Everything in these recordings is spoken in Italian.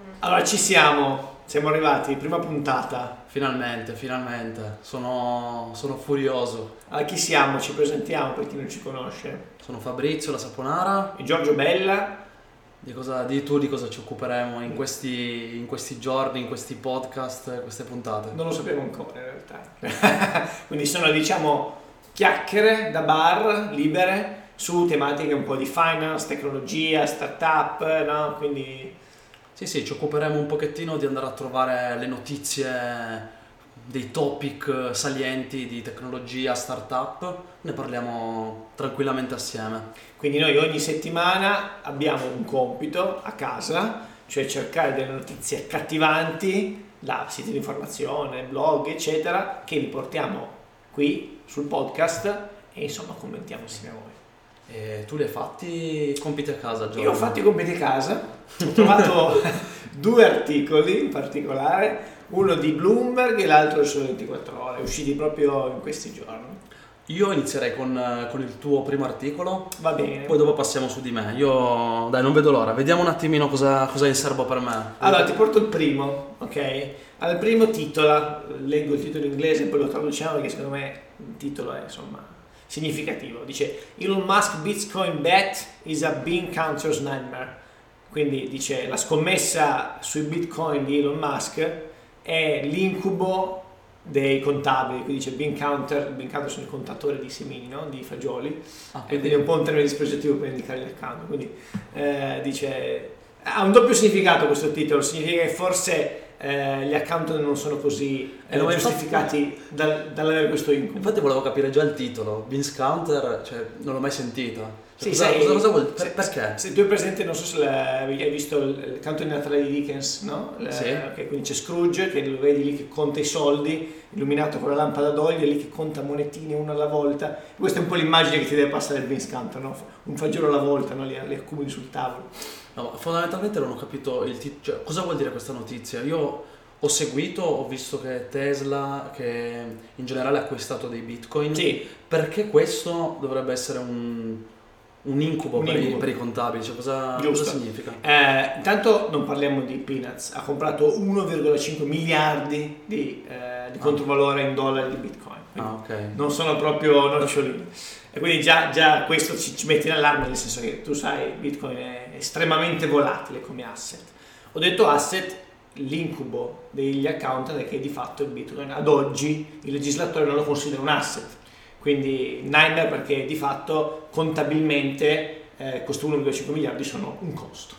Allora ci siamo arrivati, prima puntata. Finalmente, sono furioso. Allora chi siamo? Ci presentiamo per chi non ci conosce. Sono Fabrizio, la Saponara. E Giorgio Bella. Di cosa ci occuperemo in questi giorni, in questi podcast, queste puntate? Non lo sapevo ancora in realtà. Quindi sono chiacchiere da bar, libere, su tematiche un po' di finance, tecnologia, startup, no? Quindi... Sì, ci occuperemo un pochettino di andare a trovare le notizie, dei topic salienti di tecnologia, startup, ne parliamo tranquillamente assieme. Quindi noi ogni settimana abbiamo un compito a casa, cioè cercare delle notizie accattivanti da siti di informazione, blog, eccetera, che vi portiamo qui sul podcast e insomma commentiamo insieme a voi. E tu li hai fatti i compiti a casa, Giorgio? Io ho fatto i compiti a casa, ho trovato due articoli in particolare, uno di Bloomberg e l'altro su 24 ore, usciti proprio in questi giorni. Io inizierei con il tuo primo articolo. Va bene. Poi dopo passiamo su di me. Io, dai, non vedo l'ora. Vediamo un attimino cosa è in serbo per me. Allora, ti porto il primo, ok? Allora, il primo titola, leggo il titolo in inglese e poi lo traduciamo perché secondo me il titolo è, insomma, significativo. Dice Elon Musk Bitcoin bet is a bean counter's nightmare. Quindi dice la scommessa sui bitcoin di Elon Musk è l'incubo dei contabili, quindi dice bean counter sono i contatori di semini, no? Di fagioli, quindi è un po' un termine dispregiativo per indicare il mercato, quindi dice, ha un doppio significato questo titolo, significa che forse gli accountant non sono così giustificati dall'avere questo incubo. Infatti volevo capire già il titolo, Beans Counter, cioè non l'ho mai sentito. Cioè, sì, cosa vuol dire? Perché? Se tu hai presente, non so se hai visto il canto di Natale di Dickens, no? Sì. Okay, quindi c'è Scrooge che lo vedi lì che conta i soldi, illuminato con la lampada d'olio, lì che conta monetine una alla volta. Questa è un po' l'immagine che ti deve passare il Beans Counter, no? Un fagiolo alla volta, no? Li accumuli sul tavolo. No, fondamentalmente non ho capito cioè, cosa vuol dire questa notizia. Io ho seguito, ho visto che Tesla, che in generale ha acquistato dei bitcoin. Sì. Perché questo dovrebbe essere un incubo per i contabili? Cioè, cosa significa? Intanto non parliamo di peanuts, ha comprato 1,5 miliardi di controvalore in dollari di bitcoin. Okay. Non sono proprio nocciolini. E quindi già questo ci mette in allarme, nel senso che tu sai, bitcoin è estremamente volatile come asset. Ho detto asset, l'incubo degli accountant è che di fatto il bitcoin ad oggi il legislatore non lo considera un asset. Quindi nightmare perché di fatto contabilmente questo 1,5 miliardi sono un costo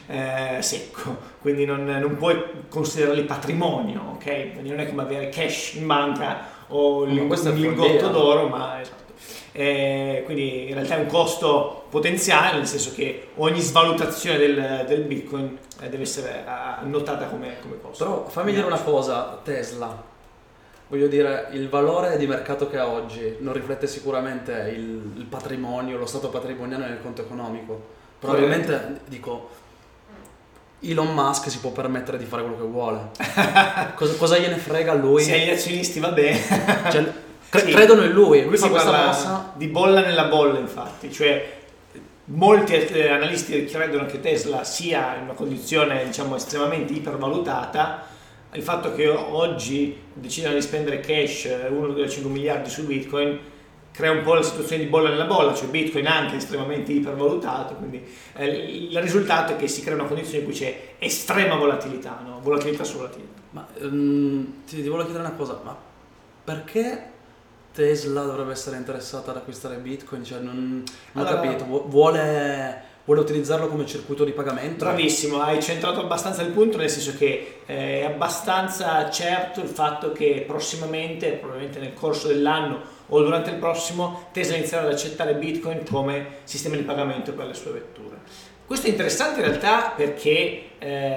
secco, quindi non puoi considerarli patrimonio, ok? Quindi non è come avere cash in banca o un lingotto d'oro, ma esatto. Quindi in realtà è un costo potenziale, nel senso che ogni svalutazione del bitcoin deve essere annotata come costo. Però fammi dire una cosa, Tesla, voglio dire, il valore di mercato che ha oggi non riflette sicuramente il patrimonio, lo stato patrimoniale nel conto economico. Probabilmente, dico, Elon Musk si può permettere di fare quello che vuole. Cosa gliene frega a lui? Se agli azionisti va bene. Cioè, credono in lui fa questa mossa di bolla nella bolla, infatti, cioè molti analisti credono che Tesla sia in una condizione, diciamo, estremamente ipervalutata. Il fatto che oggi decidano di spendere cash 1,5 miliardi su Bitcoin crea un po' la situazione di bolla nella bolla, cioè Bitcoin anche estremamente ipervalutato, quindi il risultato è che si crea una condizione in cui c'è estrema volatilità, no? Volatilità su volatilità. Ma ti volevo chiedere una cosa, ma perché Tesla dovrebbe essere interessata ad acquistare Bitcoin? Cioè non ho capito, vuole utilizzarlo come circuito di pagamento? Bravissimo, hai centrato abbastanza il punto, nel senso che è abbastanza certo il fatto che prossimamente, probabilmente nel corso dell'anno o durante il prossimo, Tesla inizierà ad accettare Bitcoin come sistema di pagamento per le sue vetture. Questo è interessante in realtà perché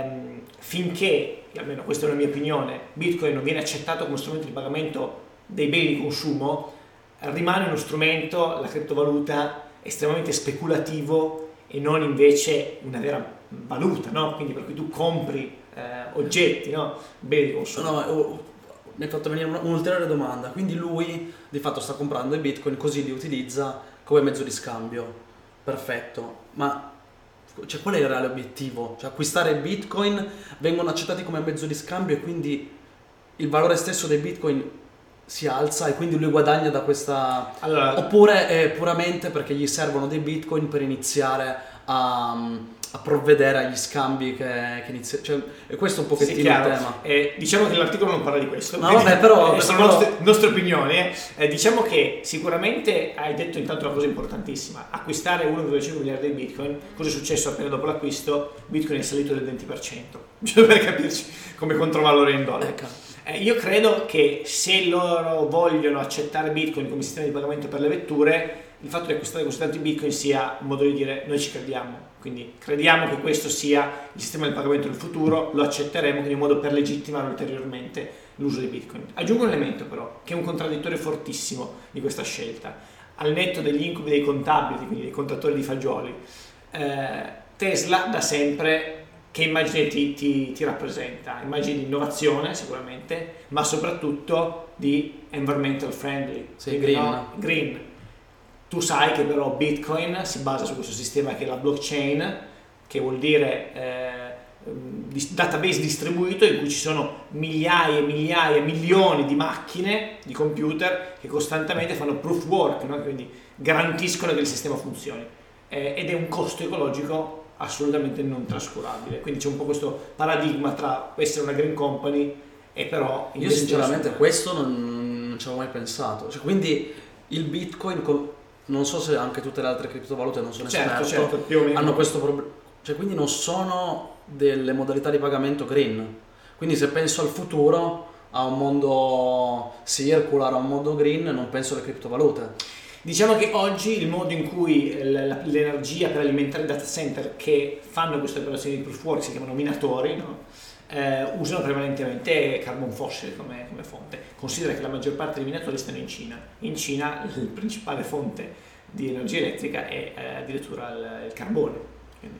finché, almeno questa è una mia opinione, Bitcoin non viene accettato come strumento di pagamento dei beni di consumo, rimane uno strumento, la criptovaluta, estremamente speculativo e non invece una vera valuta, no? Quindi per cui tu compri oggetti, no? Beni di consumo. No, mi hai fatto venire un'ulteriore domanda. Quindi lui di fatto sta comprando i bitcoin, così li utilizza come mezzo di scambio. Perfetto. Ma cioè qual è il reale obiettivo? Cioè acquistare Bitcoin, vengono accettati come mezzo di scambio e quindi il valore stesso dei Bitcoin si alza e quindi lui guadagna da questa... Allora, Oppure è puramente perché gli servono dei Bitcoin per iniziare a provvedere agli scambi che inizia... Cioè, e questo è un pochettino sì, chiaro. il tema. Diciamo che l'articolo non parla di questo. No, vabbè, però... sono nostre opinioni. Diciamo che sicuramente hai detto intanto una cosa importantissima. Acquistare 1,5 miliardi di Bitcoin. Cosa è successo appena dopo l'acquisto? Bitcoin è salito del 20%. Giusto per capirci come controvalore in dollari. Ecco. Io credo che se loro vogliono accettare Bitcoin come sistema di pagamento per le vetture, il fatto di acquistare così tanti Bitcoin sia un modo di dire noi ci crediamo, quindi crediamo che questo sia il sistema di pagamento del futuro, lo accetteremo, quindi un modo per legittimare ulteriormente l'uso di Bitcoin. Aggiungo un elemento però, che è un contraddittorio fortissimo di questa scelta. Al netto degli incubi dei contabili, quindi dei contatori di fagioli, Tesla da sempre che immagine ti rappresenta? Immagini di innovazione sicuramente, ma soprattutto di environmental friendly, sì, green. No? Green. Tu sai che però Bitcoin si basa su questo sistema che è la blockchain, che vuol dire database distribuito in cui ci sono migliaia e migliaia, milioni di macchine, di computer che costantemente fanno proof work, no? Quindi garantiscono che il sistema funzioni ed è un costo ecologico assolutamente non trascurabile, quindi c'è un po' questo paradigma tra essere una green company e però io sinceramente questo non ci avevo mai pensato, cioè, quindi il Bitcoin non so se anche tutte le altre criptovalute, non sono esperto, più o meno. hanno questo problema, cioè quindi non sono delle modalità di pagamento green, quindi se penso al futuro, a un mondo circular, a un mondo green, non penso alle criptovalute. Diciamo che oggi il modo in cui l'energia per alimentare i data center che fanno queste operazioni di proof work si chiamano minatori, no? Usano prevalentemente carbon fossil come fonte. Considera che la maggior parte dei minatori stanno in Cina. In Cina la principale fonte di energia elettrica è addirittura il carbone. Quindi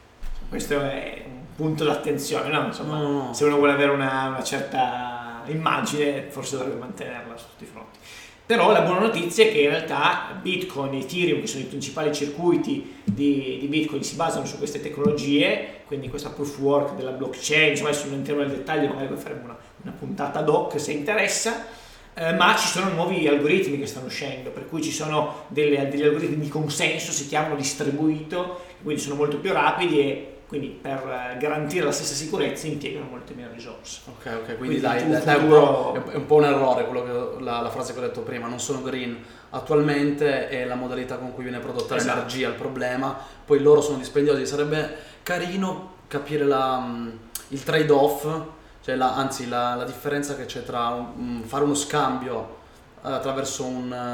questo è un punto d'attenzione, no? Insomma, No. Se uno vuole avere una certa immagine, forse dovrebbe mantenerla su tutti i fronti. Però la buona notizia è che in realtà Bitcoin e Ethereum, che sono i principali circuiti di Bitcoin, si basano su queste tecnologie, quindi questa proof work della blockchain, insomma adesso non entriamo nel dettaglio, magari poi faremo una puntata ad hoc se interessa, ma ci sono nuovi algoritmi che stanno uscendo, per cui ci sono degli algoritmi di consenso, si chiamano distribuito, quindi sono molto più rapidi e quindi per garantire la stessa sicurezza impiegano molte meno risorse. Ok, quindi dai, futuro... è un po' un errore la frase che ho detto prima, non sono green. Attualmente è la modalità con cui viene prodotta l'energia il problema, poi loro sono dispendiosi, sarebbe carino capire il trade-off, cioè la differenza che c'è tra fare uno scambio attraverso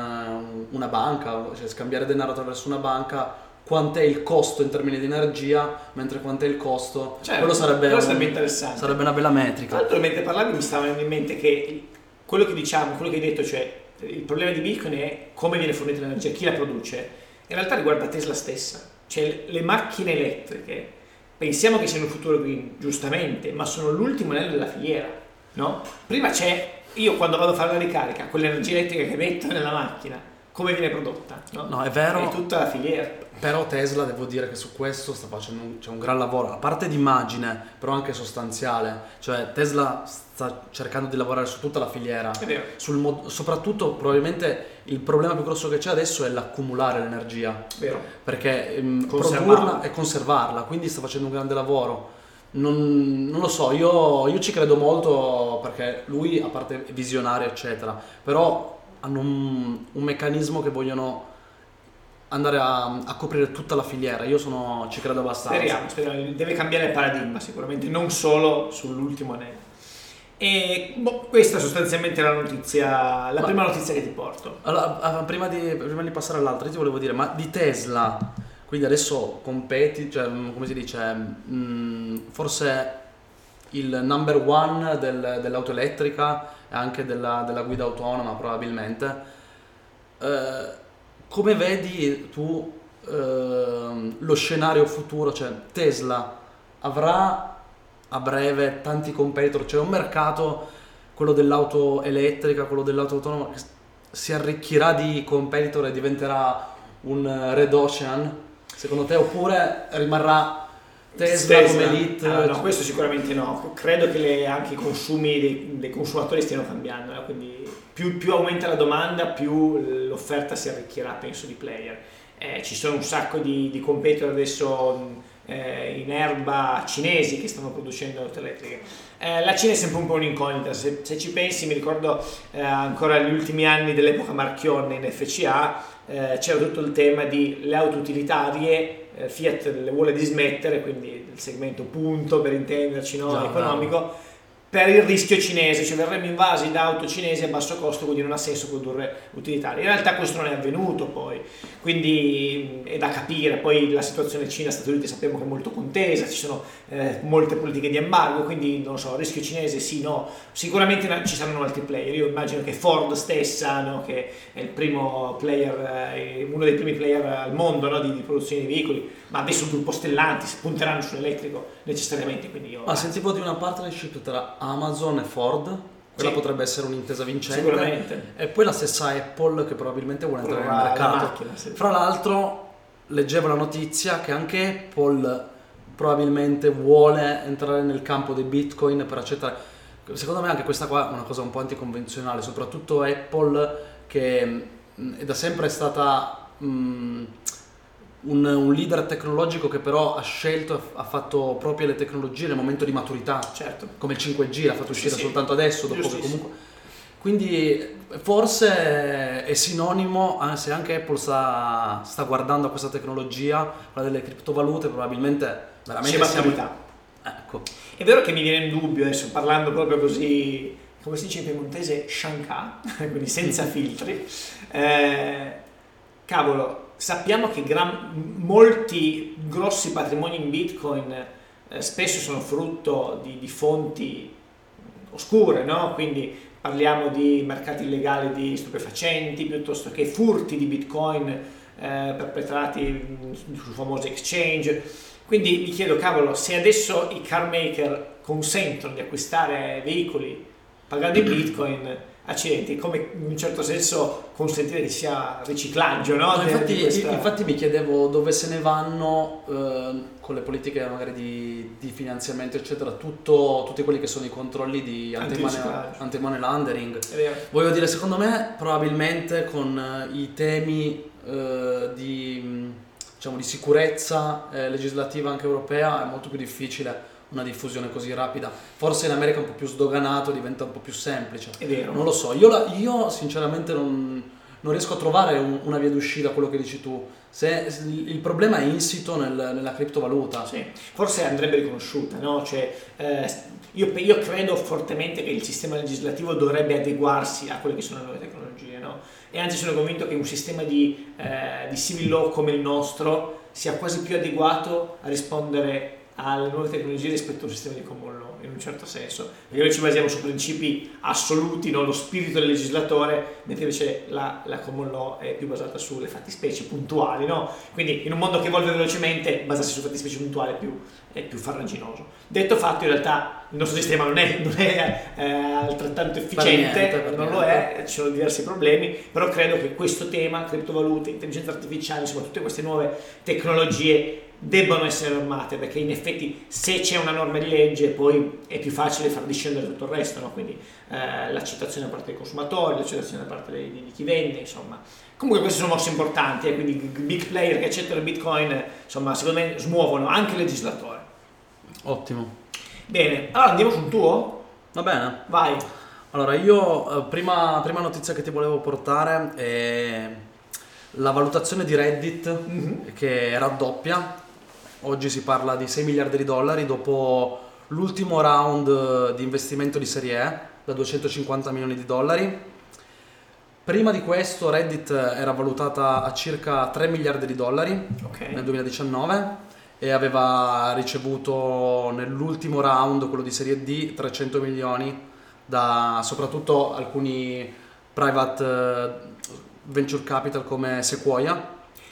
una banca, cioè scambiare denaro attraverso una banca, quant'è il costo in termini di energia, mentre quant'è il costo. Certo, quello sarebbe interessante. Sarebbe una bella metrica. Tra l'altro, mentre parlavi mi stava venendo in mente che quello che hai detto, cioè il problema di Bitcoin è come viene fornita l'energia, chi la produce, in realtà riguarda Tesla stessa, cioè le macchine elettriche, pensiamo che siano il futuro green, giustamente, ma sono l'ultimo anello della filiera, no? Prima io quando vado a fare la ricarica, quell'energia elettrica che metto nella macchina, come viene prodotta? No, è vero. È tutta la filiera. Però Tesla, devo dire che su questo sta facendo un gran lavoro, a parte di immagine, però anche sostanziale. Cioè Tesla sta cercando di lavorare su tutta la filiera. È vero. Soprattutto probabilmente il problema più grosso che c'è adesso è l'accumulare l'energia. Vero. Perché produrla e conservarla, quindi sta facendo un grande lavoro. Non lo so, io ci credo molto perché lui, a parte visionario eccetera, però hanno un meccanismo che vogliono andare a coprire tutta la filiera. Io ci credo abbastanza. Speriamo, deve cambiare il paradigma sicuramente, non solo sull'ultimo anello. E questa sostanzialmente è la prima notizia che ti porto. Allora, prima di passare all'altra, io ti volevo dire, ma di Tesla, quindi adesso competi, cioè come si dice, forse il number one dell'auto elettrica e anche della guida autonoma probabilmente. Come vedi tu lo scenario futuro? Cioè Tesla avrà a breve tanti competitor, cioè un mercato, quello dell'auto elettrica, quello dell'auto autonoma, che si arricchirà di competitor e diventerà un red ocean? secondo te, oppure rimarrà Tesla come elite? No, questo sicuramente no. Credo che anche i consumi dei consumatori stiano cambiando, quindi più aumenta la domanda, più l'offerta si arricchirà, penso, di player. Ci sono un sacco di competitor adesso in erba cinesi che stanno producendo auto elettriche. La Cina è sempre un po' un'incognita, se ci pensi, mi ricordo ancora gli ultimi anni dell'epoca Marchionne in FCA, c'era tutto il tema di le auto utilitarie, Fiat le vuole dismettere, quindi il segmento punto per intenderci, no? Economico, per il rischio cinese, cioè verremo invasi da auto cinesi a basso costo, quindi non ha senso produrre utilitarie. In realtà questo non è avvenuto poi, quindi è da capire. Poi la situazione Cina-Stati Uniti sappiamo che è molto contesa, ci sono molte politiche di embargo, quindi non lo so, rischio cinese sì, no, sicuramente ci saranno altri player. Io immagino che Ford stessa, no, che è il primo player, uno dei primi player al mondo, no, di produzione di veicoli, ma adesso il gruppo Stellantis punteranno sull'elettrico necessariamente, quindi io... Ma sentivo di una partnership tra Amazon e Ford, quella potrebbe essere un'intesa vincente. Sicuramente. E poi la stessa Apple che probabilmente vuole entrare nel mercato. Macchina, sì. Fra l'altro leggevo la notizia che anche Apple probabilmente vuole entrare nel campo dei Bitcoin per accettare. Secondo me anche questa qua è una cosa un po' anticonvenzionale, soprattutto Apple che è da sempre stata un leader tecnologico che però ha scelto, ha fatto proprie le tecnologie nel momento di maturità, certo, come il 5G l'ha fatto uscire soltanto adesso, dopo che comunque... Quindi forse è sinonimo, se anche Apple sta guardando a questa tecnologia, quella delle criptovalute, probabilmente veramente siamo... Ecco. È vero che mi viene in dubbio adesso, parlando proprio così, come si dice in piemontese, shanka, quindi senza filtri, cavolo, sappiamo che molti grossi patrimoni in Bitcoin spesso sono frutto di fonti oscure, no? Quindi parliamo di mercati illegali di stupefacenti, piuttosto che furti di Bitcoin perpetrati su famosi exchange. Quindi mi chiedo, cavolo, se adesso i car maker consentono di acquistare veicoli pagando in Bitcoin, accidenti, come in un certo senso consentire che sia riciclaggio, no? Infatti mi chiedevo dove se ne vanno con le politiche magari di finanziamento eccetera, tutti quelli che sono i controlli di anti-money laundering. Voglio dire, secondo me probabilmente con i temi di sicurezza legislativa anche europea è molto più difficile una diffusione così rapida. Forse in America è un po' più sdoganato, diventa un po' più semplice. È vero. Non lo so, io sinceramente non riesco a trovare una via d'uscita a quello che dici tu. Se il problema è insito nella criptovaluta. Sì, forse andrebbe riconosciuta, no? Cioè, io credo fortemente che il sistema legislativo dovrebbe adeguarsi a quelle che sono le nuove tecnologie, no? E anzi sono convinto che un sistema di civil law come il nostro sia quasi più adeguato a rispondere alle nuove tecnologie rispetto a un sistema di common law, in un certo senso, perché noi ci basiamo su principi assoluti, no? Lo spirito del legislatore, mentre invece la common law è più basata sulle fattispecie puntuali, no? Quindi in un mondo che evolve velocemente, basarsi su fattispecie puntuali è più farraginoso. Detto fatto, in realtà il nostro sistema non è altrettanto efficiente, non lo è, ci sono diversi problemi, però credo che questo tema, criptovalute, intelligenza artificiale, insomma tutte queste nuove tecnologie debbano essere normate, perché in effetti se c'è una norma di legge poi è più facile far discendere tutto il resto, no? Quindi l'accettazione da parte dei consumatori, l'accettazione da parte di chi vende, insomma. Comunque queste sono mosse importanti, quindi big player che accettano il Bitcoin, insomma, secondo me smuovono anche il legislatore. Ottimo. Bene, allora andiamo sul tuo? Va bene. Vai. Allora io, prima notizia che ti volevo portare è la valutazione di Reddit che raddoppia. Oggi si parla di 6 miliardi di dollari dopo l'ultimo round di investimento di serie E da 250 milioni di dollari. Prima di questo Reddit era valutata a circa 3 miliardi di dollari nel 2019 e aveva ricevuto nell'ultimo round, quello di serie D, 300 milioni da soprattutto alcuni private venture capital come Sequoia.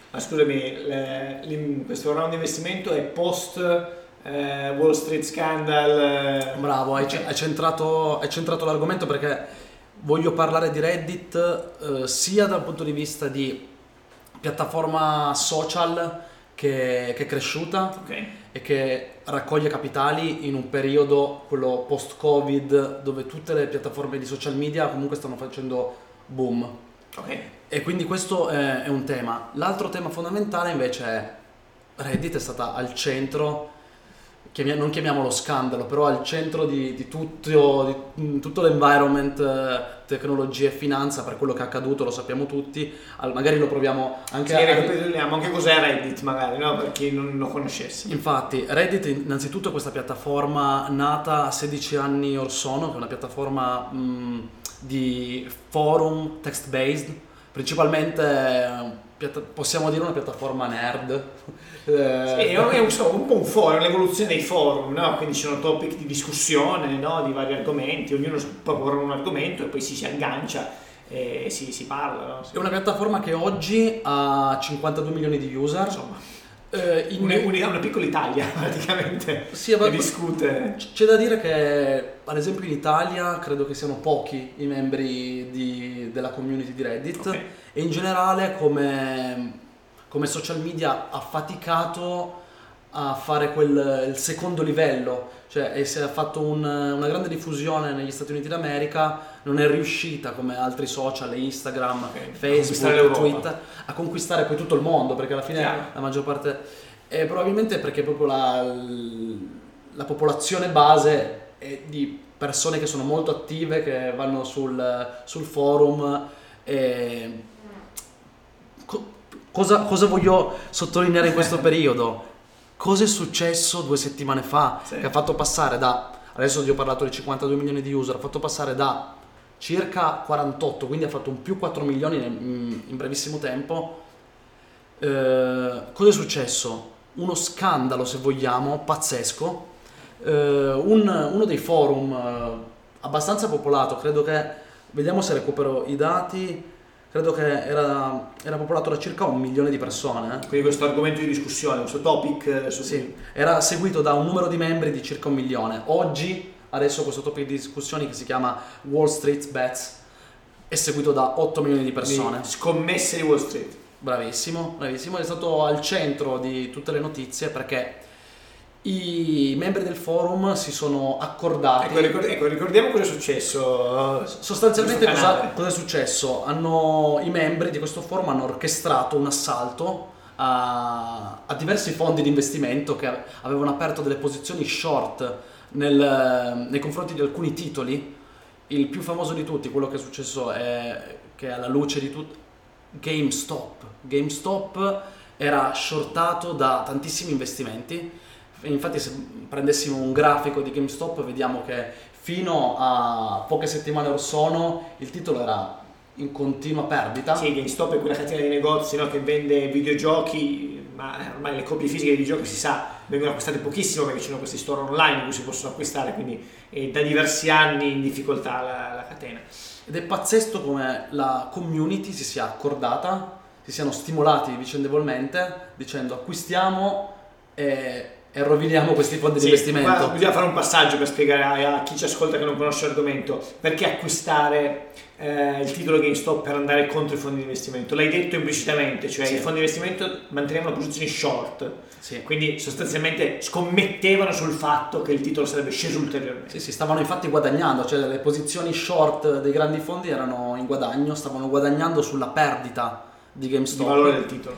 Scusami, questo round di investimento è post Wall Street scandal? Bravo, hai centrato l'argomento perché voglio parlare di Reddit sia dal punto di vista di piattaforma social che è cresciuta Ok. e che raccoglie capitali in un periodo, quello post-Covid, dove tutte le piattaforme di social media comunque stanno facendo boom. Ok. E quindi questo è un tema. L'altro tema fondamentale invece è Reddit è stata al centro, non chiamiamolo scandalo, però al centro di tutto l'environment, tecnologia e finanza, per quello che è accaduto, lo sappiamo tutti. Magari lo proviamo anche Sì, ricapitoliamo anche cos'è Reddit magari, no? Per chi non lo conoscesse. Infatti, Reddit innanzitutto è questa piattaforma nata 16 anni or sono, che è una piattaforma di forum text-based, principalmente possiamo dire una piattaforma nerd. Sì, è un po' un forum, l'evoluzione dei forum, no? Quindi ci sono topic di discussione, no? Di vari argomenti, ognuno propone un argomento e poi si aggancia e si parla, no? È una piattaforma che oggi ha 52 milioni di user. Insomma, una piccola Italia praticamente, Sì, che discute. C'è da dire che ad esempio in Italia credo che siano pochi i membri della community di Reddit, Ok. e in generale come social media ha faticato a fare il secondo livello, cioè si è fatto una grande diffusione negli Stati Uniti d'America, non è riuscita come altri social, Instagram, Ok, a conquistare Facebook, l'Europa. Twitter, a conquistare poi tutto il mondo, perché alla fine Chiaro. la maggior parte è probabilmente perché proprio la popolazione base è di persone che sono molto attive, che vanno sul forum. E cosa voglio sottolineare in questo periodo? Cosa è successo 2 settimane fa? Sì. Che ha fatto passare adesso vi ho parlato di 52 milioni di user, ha fatto passare da circa 48, quindi ha fatto un più 4 milioni in brevissimo tempo. Cosa è successo? Uno scandalo, se vogliamo, pazzesco. Uno dei forum abbastanza popolato, credo che, vediamo se recupero i dati, credo che era popolato da circa 1 milione di persone. Quindi questo argomento di discussione, questo topic Sì, era seguito da un numero di membri di circa 1 milione. Adesso questo topic di discussioni, che si chiama Wall Street Bets, è seguito da 8 milioni di persone. Scommesse di Wall Street. Bravissimo, è stato al centro di tutte le notizie perché i membri del forum si sono accordati. Ecco, ricordiamo cosa è successo. Sostanzialmente Questo canale. cosa è successo? I membri di questo forum hanno orchestrato un assalto a diversi fondi di investimento che avevano aperto delle posizioni short nei confronti di alcuni titoli. Il più famoso di tutti, quello che è successo, è che alla luce di tutto, GameStop era shortato da tantissimi investimenti. Infatti, se prendessimo un grafico di GameStop, vediamo che fino a poche settimane or sono il titolo era in continua perdita. Sì, GameStop è quella catena di negozi, no, che vende videogiochi, ma ormai le copie fisiche dei videogiochi, si sa, vengono acquistate pochissimo perché ci sono questi store online in cui si possono acquistare, quindi è da diversi anni in difficoltà la catena. Ed è pazzesco come la community si sia accordata, si siano stimolati vicendevolmente dicendo acquistiamo e roviniamo questi fondi di investimento. Guarda, bisogna fare un passaggio per spiegare a chi ci ascolta che non conosce l'argomento perché acquistare il titolo GameStop per andare contro i fondi di investimento. L'hai detto implicitamente, cioè Sì. i fondi di investimento mantenevano posizioni short, Sì. quindi sostanzialmente scommettevano sul fatto che il titolo sarebbe sceso ulteriormente. Sì, stavano infatti guadagnando, cioè le posizioni short dei grandi fondi erano in guadagno, stavano guadagnando sulla perdita di GameStop. Il valore del titolo.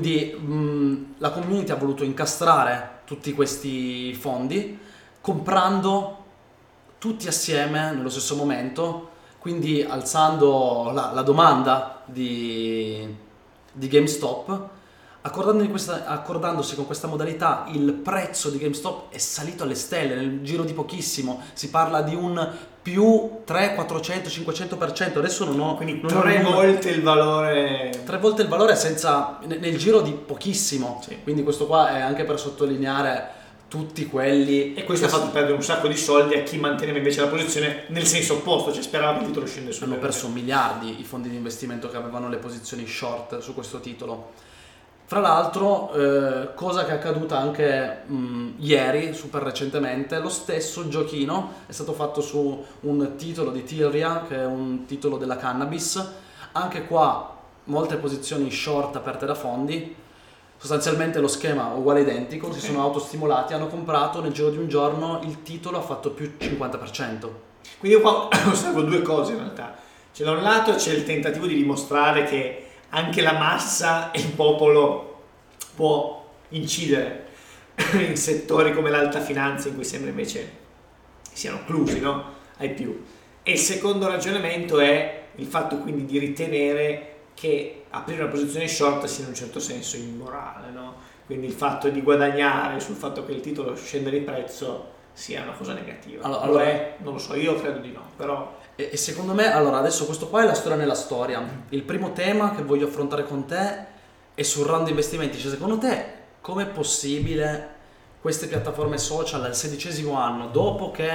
Quindi la community ha voluto incastrare tutti questi fondi comprando tutti assieme nello stesso momento, quindi alzando la domanda di GameStop. Accordandosi con questa modalità, il prezzo di GameStop è salito alle stelle nel giro di pochissimo. Si parla di un più 300, 400, 500%. Adesso non ho. Quindi non ho 3 il numero. volte il valore. 3 volte il valore nel giro di pochissimo. Sì. Quindi questo qua è anche per sottolineare tutti quelli. E questo ha fatto perdere un sacco di soldi a chi manteneva invece la posizione nel senso opposto, cioè sperava che il titolo scende su. Hanno perso miliardi i fondi di investimento che avevano le posizioni short su questo titolo. Fra l'altro, cosa che è accaduta anche ieri, super recentemente, lo stesso giochino è stato fatto su un titolo di Tilria, che è un titolo della cannabis. Anche qua molte posizioni short aperte da fondi. sostanzialmente lo schema uguale identico, Ok. si sono autostimolati, hanno comprato, nel giro di un giorno il titolo ha fatto più 50%. Quindi io qua osservo due cose in realtà. Cioè, da un lato c'è il tentativo di dimostrare che anche la massa e il popolo può incidere in settori come l'alta finanza, in cui sembra invece siano clusi, no? Ai più. E il secondo ragionamento è il fatto quindi di ritenere che aprire una posizione short sia in un certo senso immorale, no? Quindi il fatto di guadagnare sul fatto che il titolo scende di prezzo sia una cosa negativa. Lo Allora- è? Non lo so, io credo di no, però E secondo me, allora, adesso questo qua è la storia nella storia. Il primo tema che voglio affrontare con te è sul round di investimenti. Cioè, secondo te, com'è possibile queste piattaforme social al 16° anno, dopo che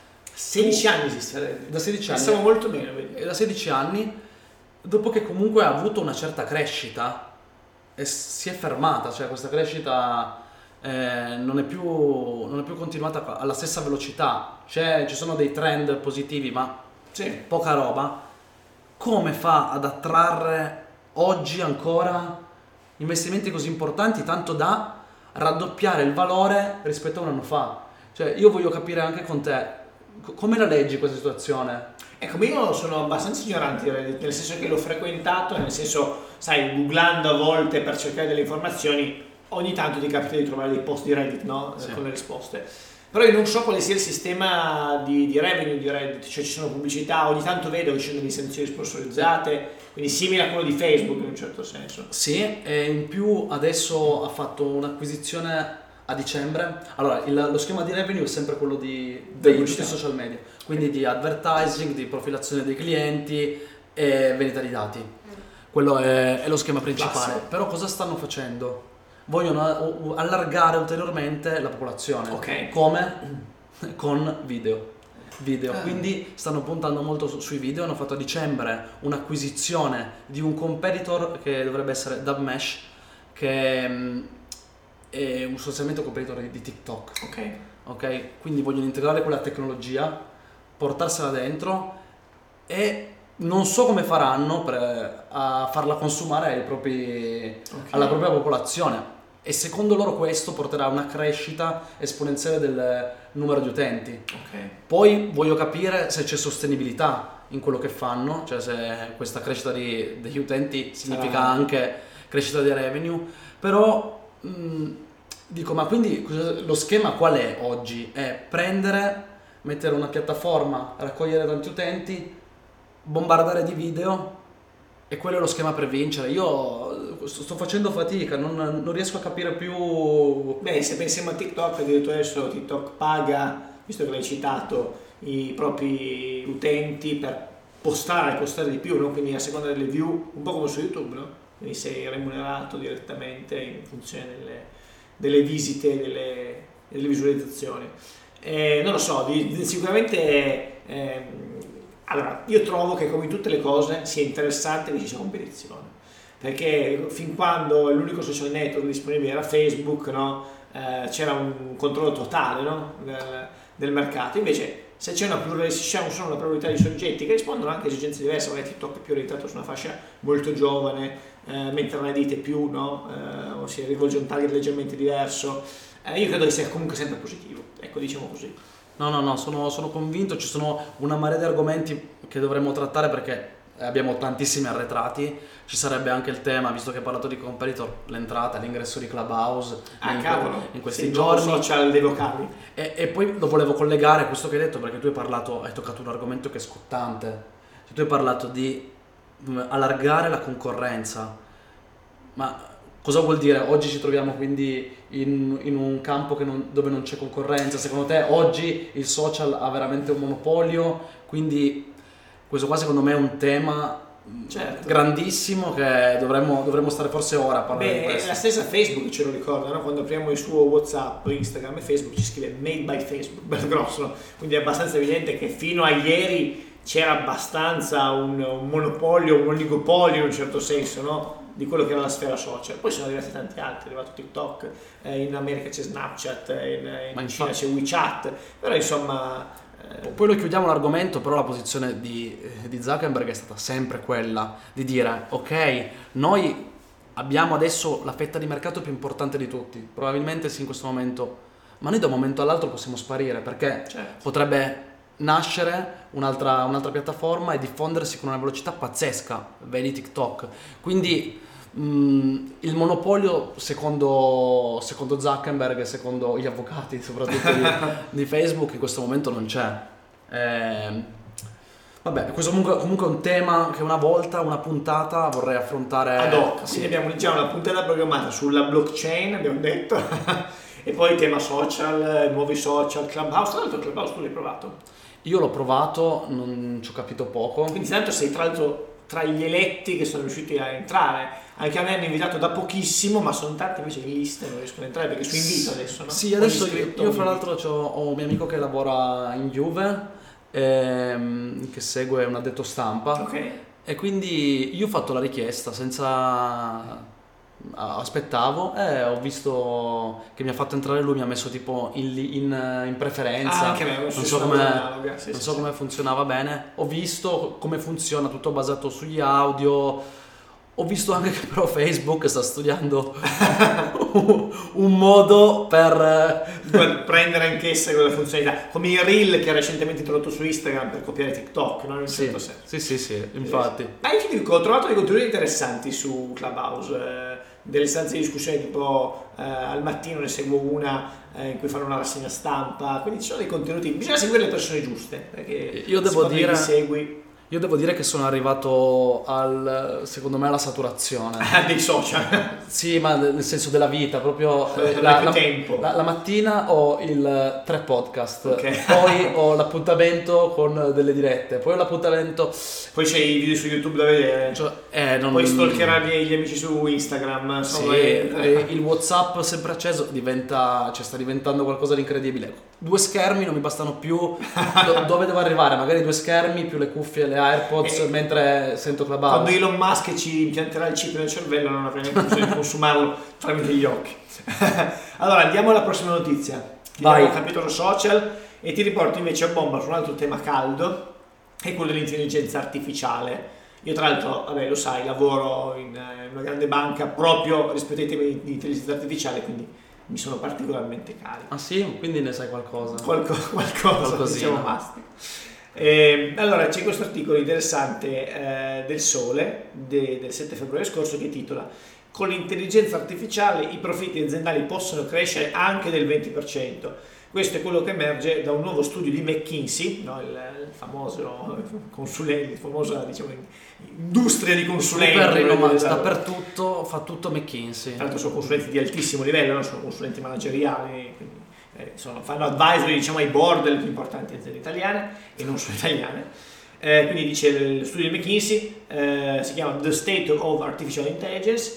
16 anni esiste Reddit. da 16 anni, Pensavo molto meno, vedi. da 16 anni, dopo che comunque ha avuto una certa crescita e si è fermata, cioè questa crescita non è più continuata alla stessa velocità. Ci sono dei trend positivi, ma Sì. poca roba. Come fa ad attrarre oggi ancora investimenti così importanti, tanto da raddoppiare il valore rispetto a un anno fa? Cioè, io voglio capire anche con te, come la leggi questa situazione? Ecco, io sono abbastanza ignorante di Reddit, nel senso che l'ho frequentato, nel senso, sai, googlando a volte per cercare delle informazioni, ogni tanto ti capita di trovare dei post di Reddit, no? Sì. Con le risposte. Però io non so quale sia il sistema di revenue di Reddit, cioè ci sono pubblicità, ogni tanto vedo che ci sono delle inserzioni sponsorizzate, quindi simile a quello di Facebook in un certo senso. Sì, e in più adesso ha fatto un'acquisizione a dicembre. Allora, lo schema di revenue è sempre quello di tutti i social media, quindi di advertising, di profilazione dei clienti e vendita di dati. Quello è lo schema principale. Classico. Però cosa stanno facendo? Vogliono allargare ulteriormente la popolazione. Ok. Come? Con video. Quindi stanno puntando molto sui video. Hanno fatto a dicembre un'acquisizione di un competitor che dovrebbe essere Dubmesh, che è sostanzialmente un competitor di TikTok. Ok? Quindi vogliono integrare quella tecnologia, portarsela dentro e non so come faranno a farla consumare alla propria popolazione. E secondo loro questo porterà a una crescita esponenziale del numero di utenti. Poi voglio capire se c'è sostenibilità in quello che fanno, cioè se questa crescita degli utenti significa anche crescita dei revenue. Però dico, ma quindi lo schema qual è oggi? È mettere una piattaforma, raccogliere tanti utenti, bombardare di video, e quello è lo schema per vincere. Io sto facendo fatica, non riesco a capire più. Beh, se pensiamo a TikTok, addirittura adesso TikTok paga, visto che l'hai citato, i propri utenti per postare di più, no? Quindi a seconda delle view, un po' come su YouTube, no? Quindi sei remunerato direttamente in funzione delle visite, delle visualizzazioni. Non lo so, sicuramente allora, io trovo che come in tutte le cose sia interessante che ci sia competizione, perché fin quando l'unico social network disponibile era Facebook, no? C'era un controllo totale, no? del mercato. Invece se c'è una pluralità di soggetti che rispondono anche a esigenze diverse, magari TikTok è più orientato su una fascia molto giovane, mentre Reddit è più, no? O si rivolge a un target leggermente diverso, io credo che sia comunque sempre positivo, ecco, diciamo così. No, sono convinto. Ci sono una marea di argomenti che dovremmo trattare perché abbiamo tantissimi arretrati. Ci sarebbe anche il tema, visto che hai parlato di competitor, l'ingresso di Clubhouse in questi giorni. Social dei locali. E poi lo volevo collegare a questo che hai detto, perché tu hai toccato un argomento che è scottante. Cioè, tu hai parlato di allargare la concorrenza, ma cosa vuol dire? Oggi ci troviamo quindi in un campo dove non c'è concorrenza. Secondo te oggi il social ha veramente un monopolio? Quindi questo qua secondo me è un tema grandissimo che dovremmo stare forse ora a parlare di questo. La stessa Facebook ce lo ricorda, no? Quando apriamo il suo WhatsApp, Instagram e Facebook ci scrive Made by Facebook, bello grosso, no? Quindi è abbastanza evidente che fino a ieri c'era abbastanza un monopolio, un oligopolio in un certo senso, no? Di quello che era la sfera social. Poi sono arrivati tanti altri, è arrivato TikTok, in America c'è Snapchat, in Cina c'è WeChat, però insomma. Poi lo chiudiamo l'argomento, però la posizione di Zuckerberg è stata sempre quella di dire ok, noi abbiamo adesso la fetta di mercato più importante di tutti, probabilmente sì in questo momento, ma noi da un momento all'altro possiamo sparire, perché potrebbe nascere un'altra piattaforma e diffondersi con una velocità pazzesca, vedi TikTok. Quindi il monopolio secondo Zuckerberg e secondo gli avvocati soprattutto di Facebook in questo momento non c'è. Vabbè, questo comunque è un tema che una puntata vorrei affrontare ad hoc. Sì, abbiamo già una puntata programmata sulla blockchain, abbiamo detto, e poi tema social, nuovi social, Clubhouse. Tra l'altro Clubhouse tu l'hai provato? Io l'ho provato, non ci ho capito poco. Quindi tanto sei tra l'altro tra gli eletti che sono riusciti a entrare. Anche a me hanno invitato da pochissimo, ma sono tanti invece in lista e non riescono a entrare perché su invito adesso, no? Sì, adesso io fra l'altro ho un mio amico che lavora in Juve, che segue un addetto stampa, ok, e quindi io ho fatto la richiesta senza... aspettavo e ho visto che mi ha fatto entrare lui, mi ha messo tipo in preferenza. Anche me, non so come funzionava bene, ho visto come funziona, tutto basato sugli audio. Ho visto anche che però Facebook sta studiando un modo per prendere anch'essa quella funzionalità, come il Reel che ha recentemente introdotto su Instagram per copiare TikTok, no? In un certo senso. Sì, infatti. Ma io ti dico, ho trovato dei contenuti interessanti su Clubhouse, delle stanze di discussione tipo al mattino ne seguo una in cui fanno una rassegna stampa, quindi ci sono dei contenuti, bisogna seguire le persone giuste, perché io devo dire li segui. Io devo dire che sono arrivato secondo me alla saturazione dei social. Sì, ma nel senso della vita, proprio tempo. La mattina ho il 3 podcast, okay. Poi ho l'appuntamento con delle dirette, poi ho l'appuntamento, poi c'è i video su YouTube da vedere, poi stalkerare gli amici su Instagram, il WhatsApp sempre acceso sta diventando qualcosa di incredibile. 2 schermi non mi bastano più. Dove devo arrivare? Magari 2 schermi più le cuffie e le AirPods mentre sento Clubhouse. Quando Elon Musk ci impianterà il chip nel cervello non avrei neanche bisogno di consumarlo tramite gli occhi. Allora andiamo alla prossima notizia. Vai. Capitolo social e ti riporto invece a bomba su un altro tema caldo, è quello dell'intelligenza artificiale. Io tra l'altro, vabbè, lo sai, lavoro in una grande banca proprio rispetto ai temi di intelligenza artificiale, quindi mi sono particolarmente cari. Ah sì? Quindi ne sai qualcosa? Qualcosa, diciamo basta. Allora c'è questo articolo interessante del Sole del 7 febbraio scorso che titola: con l'intelligenza artificiale i profitti aziendali possono crescere anche del 20%. Questo è quello che emerge da un nuovo studio di McKinsey, no? il famoso consulente, famosa diciamo industria di consulenti. Super rinomata, dappertutto, fa tutto McKinsey. Tra l'altro sono consulenti di altissimo livello, no? Sono consulenti manageriali, quindi fanno advisory diciamo ai board delle più importanti aziende italiane e non solo italiane. Quindi dice lo studio di McKinsey, si chiama The State of Artificial Intelligence,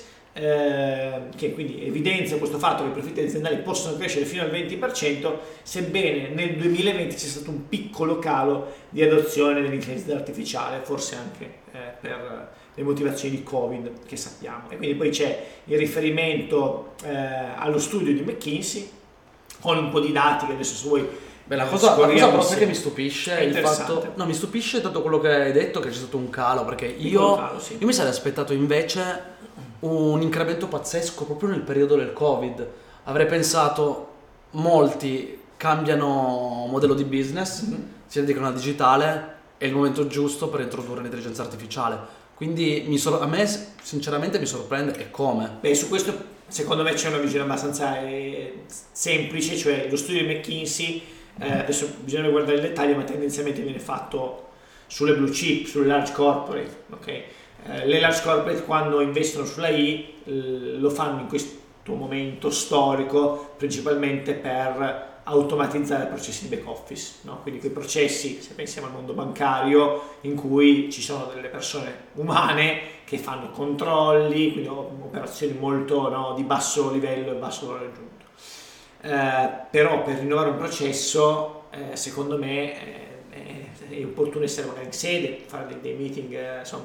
che quindi evidenzia questo fatto che i profitti aziendali possono crescere fino al 20%, sebbene nel 2020 c'è stato un piccolo calo di adozione dell'intelligenza artificiale, forse anche per le motivazioni di Covid che sappiamo. E quindi poi c'è il riferimento allo studio di McKinsey con un po' di dati che adesso se vuoi. Beh, la cosa proprio che mi stupisce è il fatto. No, mi stupisce tutto quello che hai detto, che c'è stato un calo, perché io mi sarei aspettato invece un incremento pazzesco proprio nel periodo del Covid. Avrei pensato molti cambiano modello di business, si dedicano al digitale, è il momento giusto per introdurre l'intelligenza artificiale. Quindi a me sinceramente mi sorprende e come. Beh, su questo secondo me c'è una visione abbastanza semplice, cioè lo studio di McKinsey, adesso bisogna guardare il dettaglio, ma tendenzialmente viene fatto sulle blue chip, sulle large corporate, ok? Le large corporate quando investono sulla I lo fanno in questo momento storico principalmente per automatizzare processi di back office, no? Quindi quei processi, se pensiamo al mondo bancario, in cui ci sono delle persone umane che fanno controlli, quindi operazioni molto di basso livello e basso valore aggiunto. Però per rinnovare un processo, secondo me è opportuno essere magari in sede, fare dei meeting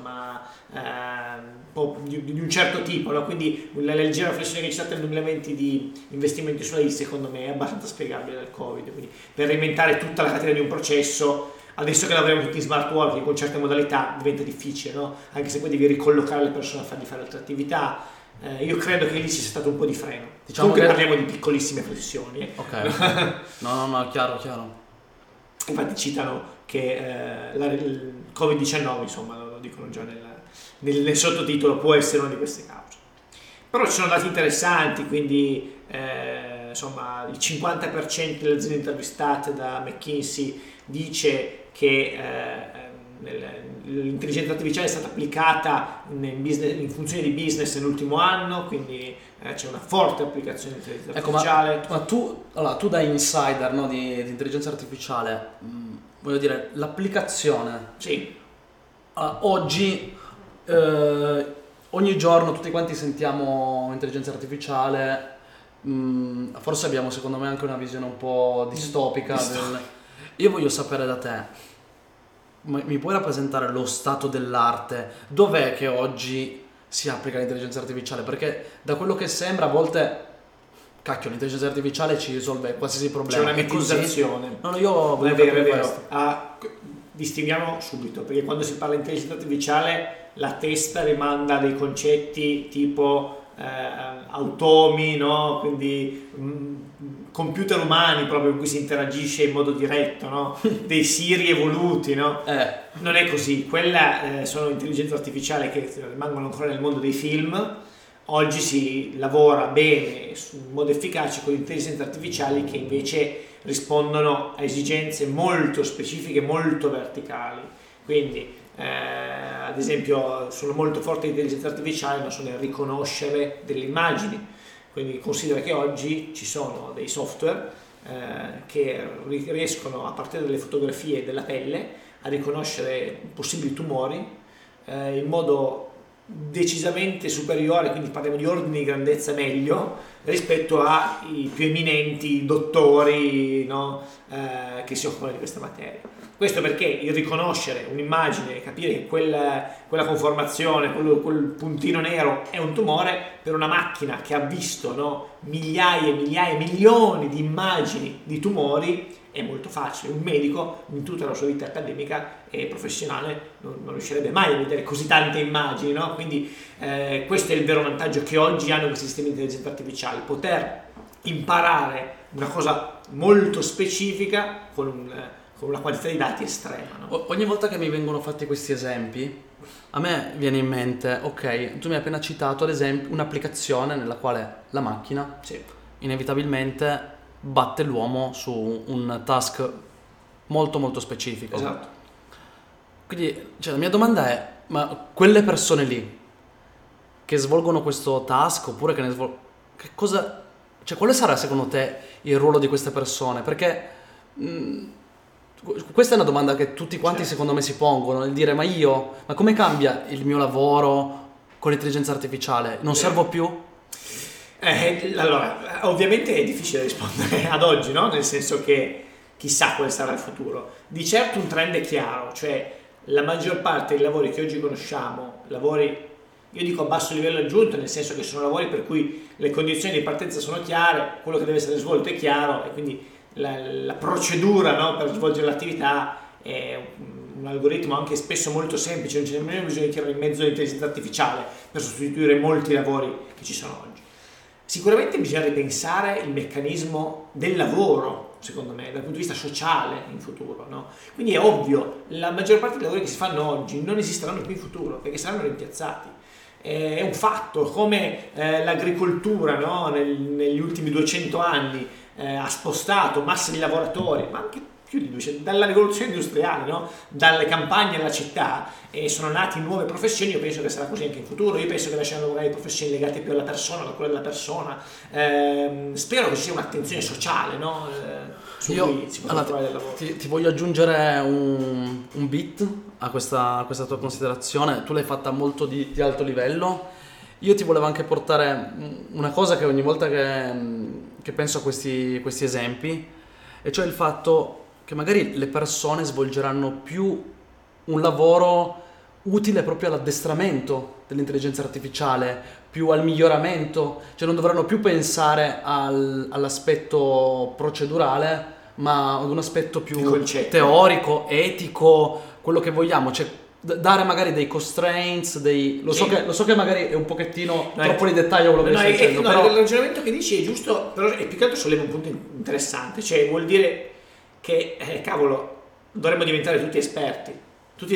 di un certo tipo, no? Quindi la leggera flessione che c'è stata nel 2020 di investimenti sulla I secondo me è abbastanza spiegabile dal Covid, quindi per reinventare tutta la catena di un processo, adesso che lavoriamo tutti in smart working con certe modalità diventa difficile, no? Anche se poi devi ricollocare le persone a fargli fare altre attività, io credo che lì ci sia stato un po' di freno. Diciamo Comunque che- parliamo di piccolissime flessioni. Ok. No, chiaro. Infatti citano che il Covid-19, insomma, lo dicono già nel sottotitolo, può essere una di queste cause. Però ci sono dati interessanti, quindi insomma il 50% delle aziende intervistate da McKinsey dice che l'intelligenza artificiale è stata applicata in funzioni di business nell'ultimo anno, quindi c'è una forte applicazione dell'intelligenza artificiale. Ma tu da insider, no, di intelligenza artificiale, voglio dire, l'applicazione Sì, oggi, ogni giorno tutti quanti sentiamo intelligenza artificiale, forse abbiamo secondo me anche una visione un po' distopica. Io voglio sapere da te, mi puoi rappresentare lo stato dell'arte? Dov'è che oggi si applica l'intelligenza artificiale? Perché da quello che sembra a volte, cacchio, l'intelligenza artificiale ci risolve qualsiasi problema. c'è una È così? mitizzazione. No, io Non è voglio vero, è capire vero. questo. Distinguiamo subito, perché quando si parla di intelligenza artificiale la testa rimanda a dei concetti tipo automi, no? Quindi computer umani proprio con cui si interagisce in modo diretto, no? Dei Siri evoluti, no? Non è così, quella sono intelligenze artificiali che rimangono ancora nel mondo dei film. Oggi si lavora bene, in modo efficace, con intelligenze artificiali che invece rispondono a esigenze molto specifiche, molto verticali. Quindi, ad esempio, sono molto forti le intelligenze artificiali, ma sono nel riconoscere delle immagini. Quindi considera che oggi ci sono dei software che riescono, a partire dalle fotografie della pelle, a riconoscere possibili tumori in modo decisamente superiore, quindi parliamo di ordini di grandezza meglio rispetto ai più eminenti dottori, no, che si occupano di questa materia. Questo perché il riconoscere un'immagine, capire che quella conformazione, quel puntino nero è un tumore, per una macchina che ha visto, no, migliaia e migliaia, milioni di immagini di tumori, è molto facile. Un medico in tutta la sua vita accademica e professionale non riuscirebbe mai a vedere così tante immagini, no? Quindi questo è il vero vantaggio che oggi hanno questi sistemi di intelligenza artificiale: poter imparare una cosa molto specifica con una quantità di dati estrema, no? Ogni volta che mi vengono fatti questi esempi, a me viene in mente, ok, tu mi hai appena citato ad esempio un'applicazione nella quale la macchina Sì. inevitabilmente batte l'uomo su un task molto molto specifico. Esatto. Quindi, cioè, la mia domanda è, ma quelle persone lì che svolgono questo task, oppure che cosa, cioè, quale sarà secondo te il ruolo di queste persone? Perché questa è una domanda che tutti quanti, certo, secondo me si pongono, nel dire, ma come cambia il mio lavoro con l'intelligenza artificiale? Non servo più? Allora, ovviamente è difficile rispondere ad oggi, no? Nel senso che chissà quale sarà il futuro. Di certo un trend è chiaro, cioè la maggior parte dei lavori che oggi conosciamo, lavori, io dico a basso livello aggiunto, nel senso che sono lavori per cui le condizioni di partenza sono chiare, quello che deve essere svolto è chiaro, e quindi la procedura, no, per svolgere l'attività è un algoritmo anche spesso molto semplice, non c'è nemmeno bisogno di tirare in mezzo l'intelligenza artificiale per sostituire molti lavori che ci sono oggi. Sicuramente bisogna ripensare il meccanismo del lavoro, secondo me, dal punto di vista sociale in futuro, no? Quindi è ovvio, la maggior parte dei lavori che si fanno oggi non esisteranno più in futuro, perché saranno rimpiazzati. È un fatto, come l'agricoltura, no? Negli ultimi 200 anni ha spostato masse di lavoratori, ma anche più di 200, dalla rivoluzione industriale, no? Dalle campagne alla città, e sono nati nuove professioni. Io penso che sarà così anche in futuro. Io penso che lasceranno magari professioni legate più alla persona, alla cura della persona. Spero che ci sia un'attenzione sociale, no? Su cui si potrà trovare del lavoro. Ti voglio aggiungere un bit a questa tua considerazione. Tu l'hai fatta molto di alto livello. Io ti volevo anche portare una cosa che ogni volta che penso a questi esempi, e cioè il fatto che magari le persone svolgeranno più un lavoro utile proprio all'addestramento dell'intelligenza artificiale, più al miglioramento, cioè non dovranno più pensare all'aspetto procedurale, ma ad un aspetto più teorico, etico, quello che vogliamo. Cioè, dare magari dei constraints, lo so che magari è un pochettino No, troppo di dettaglio quello che stai dicendo, però il ragionamento che dici è giusto, però è più che altro solleva un punto interessante, cioè vuol dire che, cavolo, dovremmo diventare tutti esperti, tutti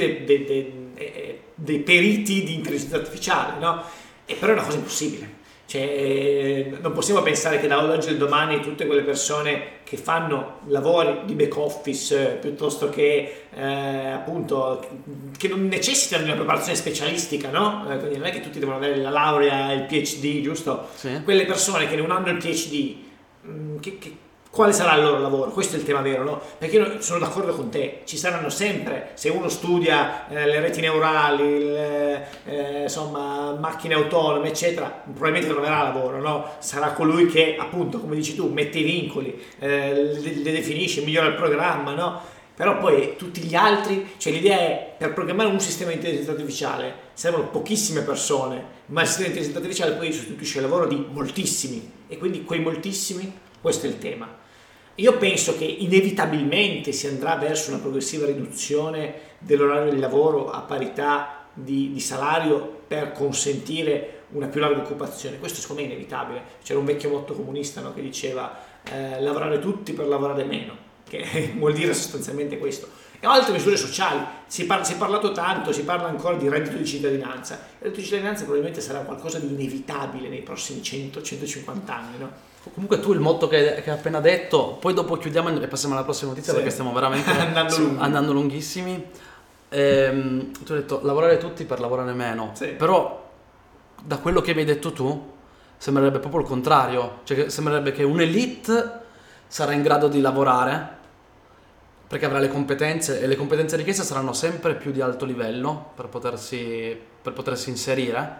dei periti di intelligenza artificiale, no? E però è una cosa impossibile. Cioè, non possiamo pensare che da oggi al domani tutte quelle persone che fanno lavori di back office piuttosto che appunto che non necessitano di una preparazione specialistica, no? Quindi non è che tutti devono avere la laurea, il PhD, giusto? Sì. Quelle persone che non hanno il PhD, quale sarà il loro lavoro? Questo è il tema vero, no? Perché io sono d'accordo con te, ci saranno sempre, se uno studia le reti neurali, insomma, macchine autonome, eccetera, probabilmente troverà lavoro, no? Sarà colui che, appunto, come dici tu, mette i vincoli, le definisce, migliora il programma, no? Però poi tutti gli altri, cioè l'idea è, per programmare un sistema di intelligenza artificiale servono pochissime persone, ma il sistema di intelligenza artificiale poi sostituisce il lavoro di moltissimi, e quindi quei moltissimi, questo è il tema. Io penso che inevitabilmente si andrà verso una progressiva riduzione dell'orario di lavoro a parità di salario per consentire una più larga occupazione. Questo secondo me è inevitabile. C'era un vecchio motto comunista, no, che diceva lavorare tutti per lavorare meno, che vuol dire sostanzialmente questo. E altre misure sociali, si è parlato tanto, si parla ancora di reddito di cittadinanza. Il reddito di cittadinanza probabilmente sarà qualcosa di inevitabile nei prossimi 100-150 anni, no? comunque tu il motto che hai appena detto, poi dopo chiudiamo e passiamo alla prossima notizia, Sì. perché stiamo veramente andando lunghissimi. Tu hai detto lavorare tutti per lavorare meno, Sì. però da quello che mi hai detto tu sembrerebbe proprio il contrario, cioè che sembrerebbe che un'elite sarà in grado di lavorare perché avrà le competenze, e le competenze richieste saranno sempre più di alto livello per potersi inserire,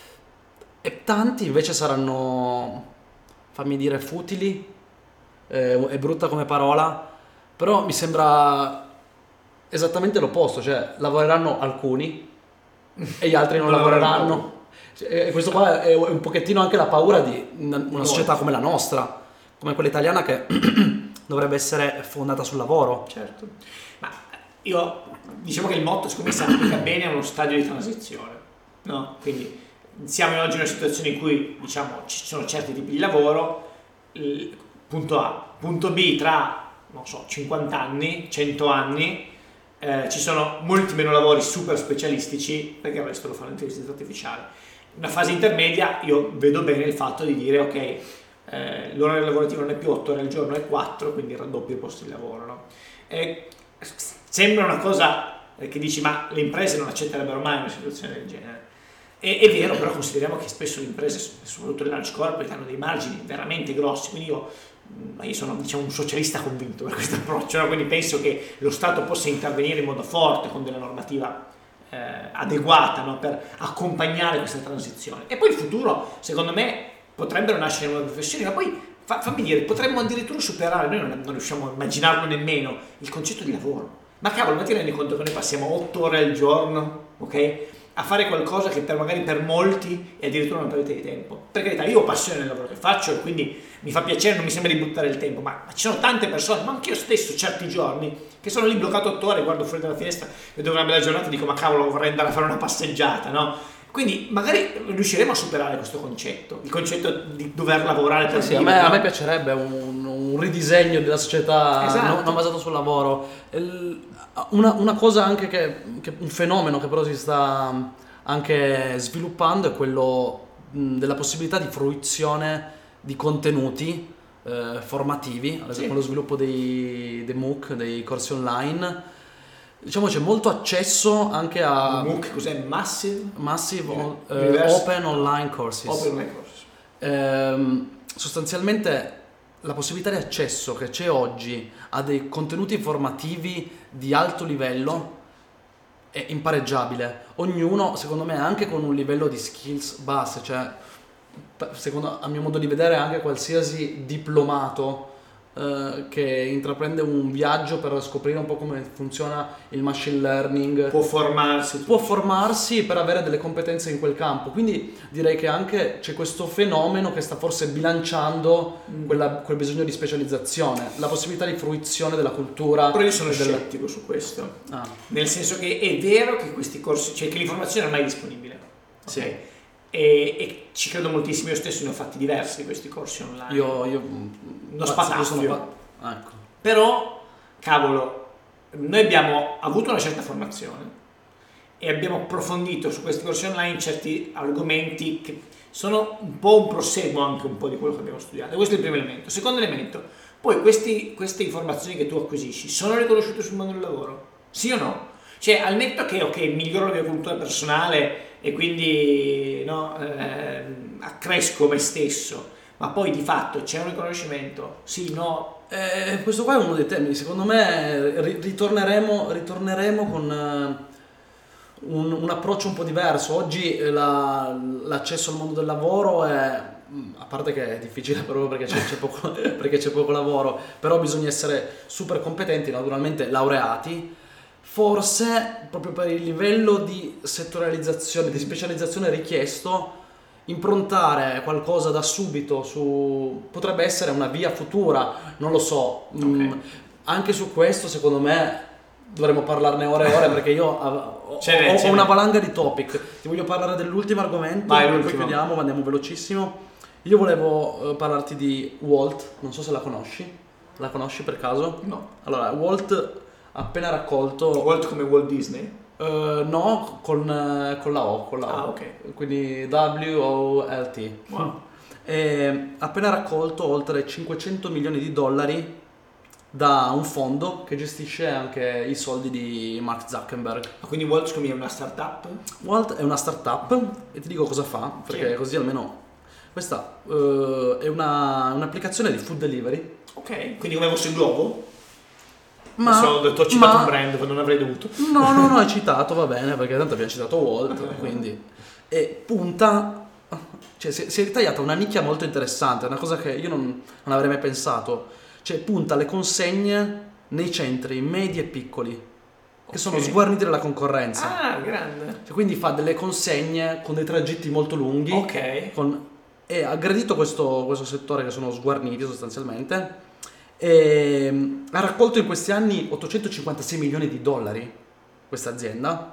e tanti invece saranno, fammi dire, futili, è brutta come parola, però mi sembra esattamente l'opposto, cioè lavoreranno alcuni e gli altri non lavoreranno. E questo qua è un pochettino anche la paura di una società come la nostra, come quella italiana, che dovrebbe essere fondata sul lavoro. Certo, ma io diciamo che il motto secondo me si applica bene a uno stadio di transizione, no? Quindi siamo oggi in una situazione in cui, diciamo, ci sono certi tipi di lavoro, punto A, punto B, tra, non so, 50 anni, 100 anni, ci sono molti meno lavori super specialistici, perché il resto lo fa l'intelligenza artificiale. Una fase intermedia, io vedo bene il fatto di dire, ok, l'orario lavorativo non è più 8 ore al giorno, è 4, quindi raddoppio i posti di lavoro, no? Sembra una cosa che dici, ma le imprese non accetterebbero mai una situazione del genere. È vero, però consideriamo che spesso le imprese, soprattutto le large corporate, hanno dei margini veramente grossi, quindi io sono, diciamo, un socialista convinto per questo approccio, no? Quindi penso che lo Stato possa intervenire in modo forte con della normativa adeguata, no? Per accompagnare questa transizione. E poi il futuro, secondo me, potrebbero nascere nuove professioni, ma poi fammi dire, potremmo addirittura superare, noi non riusciamo a immaginarlo nemmeno, il concetto di lavoro. Ma cavolo, ma ti rendi conto che noi passiamo 8 ore al giorno, ok? A fare qualcosa che magari per molti è addirittura una perdita di tempo. Per carità, io ho passione nel lavoro che faccio e quindi mi fa piacere, non mi sembra di buttare il tempo, ma ci sono tante persone, ma anche io stesso certi giorni, che sono lì bloccato 8 ore, guardo fuori dalla finestra, vedo una bella giornata e dico, ma cavolo, vorrei andare a fare una passeggiata, no? Quindi magari riusciremo a superare questo concetto, il concetto di dover lavorare per Sì, a me piacerebbe un ridisegno della società, esatto, non basato sul lavoro. Una cosa anche che un fenomeno che però si sta anche sviluppando è quello della possibilità di fruizione di contenuti formativi, ad esempio con lo sviluppo dei MOOC, dei corsi online. Diciamo c'è molto accesso anche a MOOC, cos'è? Massive Open Online Courses. Open Online Courses. Sostanzialmente la possibilità di accesso che c'è oggi a dei contenuti formativi di alto livello è impareggiabile. Ognuno, secondo me, anche con un livello di skills basse, cioè secondo a mio modo di vedere anche qualsiasi diplomato che intraprende un viaggio per scoprire un po' come funziona il machine learning, Può formarsi per avere delle competenze in quel campo. Quindi direi che anche c'è questo fenomeno che sta forse bilanciando quel bisogno di specializzazione, la possibilità di fruizione della cultura. Però io sono scettico su questo, nel senso che è vero che questi corsi, cioè che l'informazione è ormai disponibile, Sì. ok? E ci credo moltissimo, io stesso ne ho fatti diversi questi corsi online. Io uno spatafio. Ecco. Però, cavolo, noi abbiamo avuto una certa formazione e abbiamo approfondito su questi corsi online certi argomenti che sono un po' un proseguo anche un po' di quello che abbiamo studiato. Questo è il primo elemento. Secondo elemento, poi queste informazioni che tu acquisisci sono riconosciute sul mondo del lavoro? Sì o no? Cioè, al netto che, ok, miglioro la mia cultura personale e quindi accresco me stesso, ma poi di fatto c'è un riconoscimento? Sì, no? Questo qua è uno dei temi. Secondo me ritorneremo con un approccio un po' diverso. Oggi l'accesso al mondo del lavoro è, a parte che è difficile proprio perché c'è poco lavoro, però bisogna essere super competenti, naturalmente laureati. Forse proprio per il livello di settorializzazione, di specializzazione richiesto, improntare qualcosa da subito potrebbe essere una via futura, non lo so. Okay. Anche su questo secondo me dovremmo parlarne ore e ore perché io ho una valanga di topic. Ti voglio parlare dell'ultimo argomento, poi chiudiamo, andiamo velocissimo. Io volevo parlarti di Walt, non so se la conosci. La conosci per caso? No. Allora, Walt appena raccolto... Walt come Walt Disney? No, con la O. Ok. Quindi WOLT. Wow. Appena raccolto oltre 500 milioni di dollari da un fondo che gestisce anche i soldi di Mark Zuckerberg. Quindi Walt come è una startup? Walt è una startup e ti dico cosa fa, perché così almeno... Questa è un'applicazione di food delivery. Ok, quindi come fosse Glovo? Ma ho citato un brand, ma non avrei dovuto. No, hai citato, va bene, perché tanto abbiamo citato Walt, quindi... E punta... Cioè, si è ritagliata una nicchia molto interessante, una cosa che io non avrei mai pensato. Cioè, punta le consegne nei centri medi e piccoli, che sono sguarniti dalla concorrenza. Ah, grande. Cioè, quindi fa delle consegne con dei tragitti molto lunghi. Ok. E ha aggredito questo settore che sono sguarniti sostanzialmente. E ha raccolto in questi anni 856 milioni di dollari questa azienda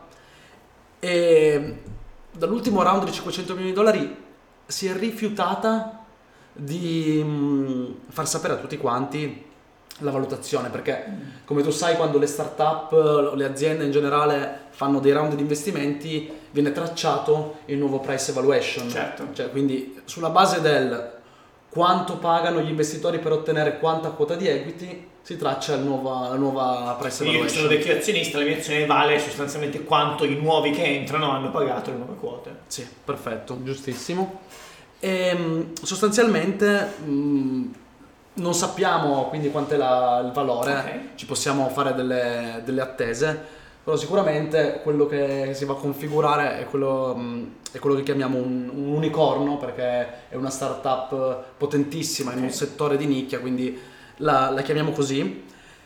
e dall'ultimo round di 500 milioni di dollari si è rifiutata di far sapere a tutti quanti la valutazione, perché come tu sai, quando le start-up o le aziende in generale fanno dei round di investimenti viene tracciato il nuovo price evaluation. Certo. Cioè, quindi sulla base del quanto pagano gli investitori per ottenere quanta quota di equity si traccia la nuova price evaluation. Io sono vecchio azionista, la mia azione vale sostanzialmente quanto i nuovi che entrano hanno pagato le nuove quote. Sì, perfetto, giustissimo. E sostanzialmente non sappiamo quindi quanto è il valore, ci possiamo fare delle attese, però sicuramente quello che si va a configurare è quello che chiamiamo un unicorno, perché è una startup potentissima in un settore di nicchia, quindi la chiamiamo così.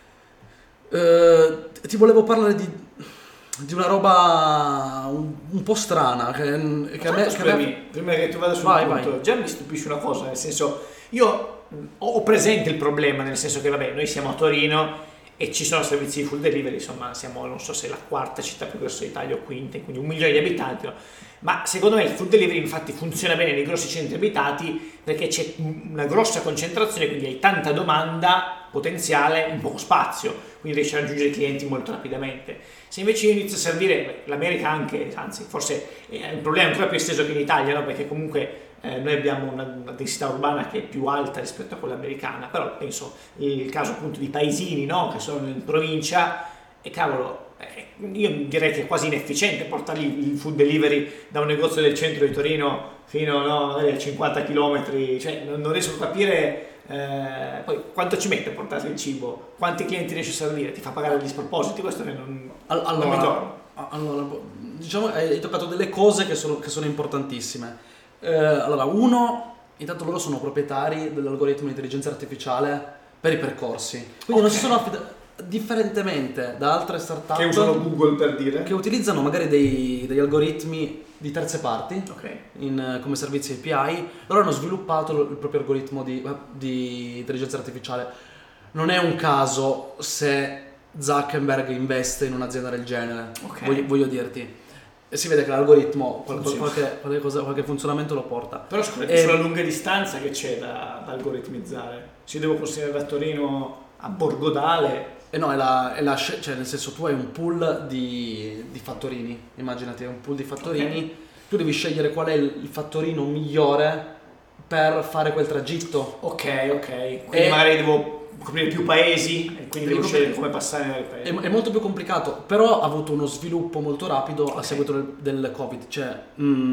Ti volevo parlare di una roba un po' strana che a me... Prima che tu vada sul punto, vai. Già mi stupisce una cosa, nel senso, io ho presente il problema, nel senso che vabbè, noi siamo a Torino e ci sono servizi di food delivery, insomma siamo, non so se la quarta città più grossa d'Italia o quinta, quindi 1 milione di abitanti, no? Ma secondo me il food delivery infatti funziona bene nei grossi centri abitati perché c'è una grossa concentrazione, quindi hai tanta domanda potenziale in poco spazio, quindi riesci a raggiungere i clienti molto rapidamente. Se invece io inizio a servire, l'America anche, anzi forse è un problema ancora più esteso che in Italia, no? Perché comunque noi abbiamo una densità urbana che è più alta rispetto a quella americana, però penso il caso appunto di paesini, no? Che sono in provincia e cavolo, io direi che è quasi inefficiente portare il food delivery da un negozio del centro di Torino fino magari a 50 km, cioè non riesco a capire poi quanto ci mette a portare il cibo, quanti clienti riesci a servire, ti fa pagare gli spropositi, questo che non mi torna. Allora, diciamo hai toccato delle cose che sono importantissime. Allora, intanto loro sono proprietari dell'algoritmo di intelligenza artificiale per i percorsi. Quindi non si sono differentemente da altre startup che usano Google, per dire, che utilizzano magari degli algoritmi di terze parti ok, come servizi API. Loro hanno sviluppato il proprio algoritmo di intelligenza artificiale. Non è un caso se Zuckerberg investe in un'azienda del genere, ok. voglio dirti. E si vede che l'algoritmo qualche funzionamento lo porta. Però sulla lunga distanza che c'è da algoritmizzare? Se io devo consegnare da Torino a Borgodale... No, cioè nel senso, tu hai un pool di fattorini, immaginati, un pool di fattorini, tu devi scegliere qual è il fattorino migliore per fare quel tragitto. Ok, quindi magari devo coprire più paesi e quindi devo scegliere come passare nei paesi. È molto più complicato, però ha avuto uno sviluppo molto rapido a seguito del Covid, cioè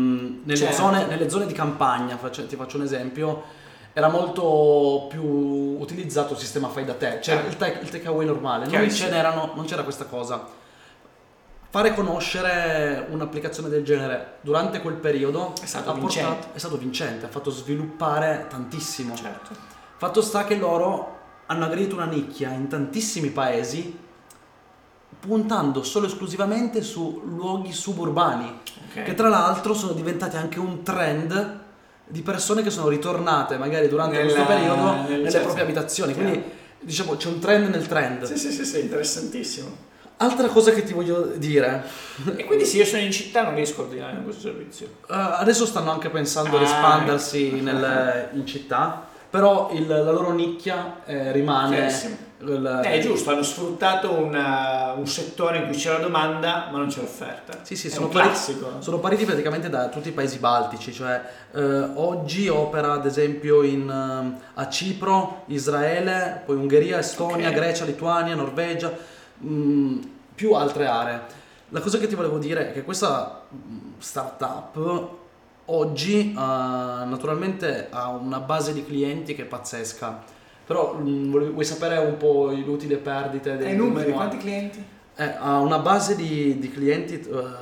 nelle zone di campagna, ti faccio un esempio, era molto più utilizzato il sistema fai da te, cioè il takeaway normale, non c'era questa cosa. Fare conoscere un'applicazione del genere durante quel periodo è stato vincente, ha fatto sviluppare tantissimo. Certo. Fatto sta che loro hanno aggredito una nicchia in tantissimi paesi, puntando solo e esclusivamente su luoghi suburbani, che tra l'altro sono diventati anche un trend di persone che sono ritornate magari durante questo periodo nelle proprie abitazioni. Quindi diciamo c'è un trend nel trend. Sì, interessantissimo. Altra cosa che ti voglio dire, e quindi se io sono in città non riesco a ordinare questo servizio. Adesso stanno anche pensando ad espandersi in città, però la loro nicchia rimane. È giusto, hanno sfruttato un settore in cui c'era domanda ma non c'è offerta. Sì, sono classico. Sono partiti praticamente da tutti i paesi baltici, cioè oggi opera ad esempio a Cipro, Israele, poi Ungheria, Estonia, Grecia, Lituania, Norvegia, più altre aree. La cosa che ti volevo dire è che questa startup oggi naturalmente ha una base di clienti che è pazzesca. Però vuoi sapere un po' i utili e perdite dei numeri? Quanti clienti? Ha una base di clienti.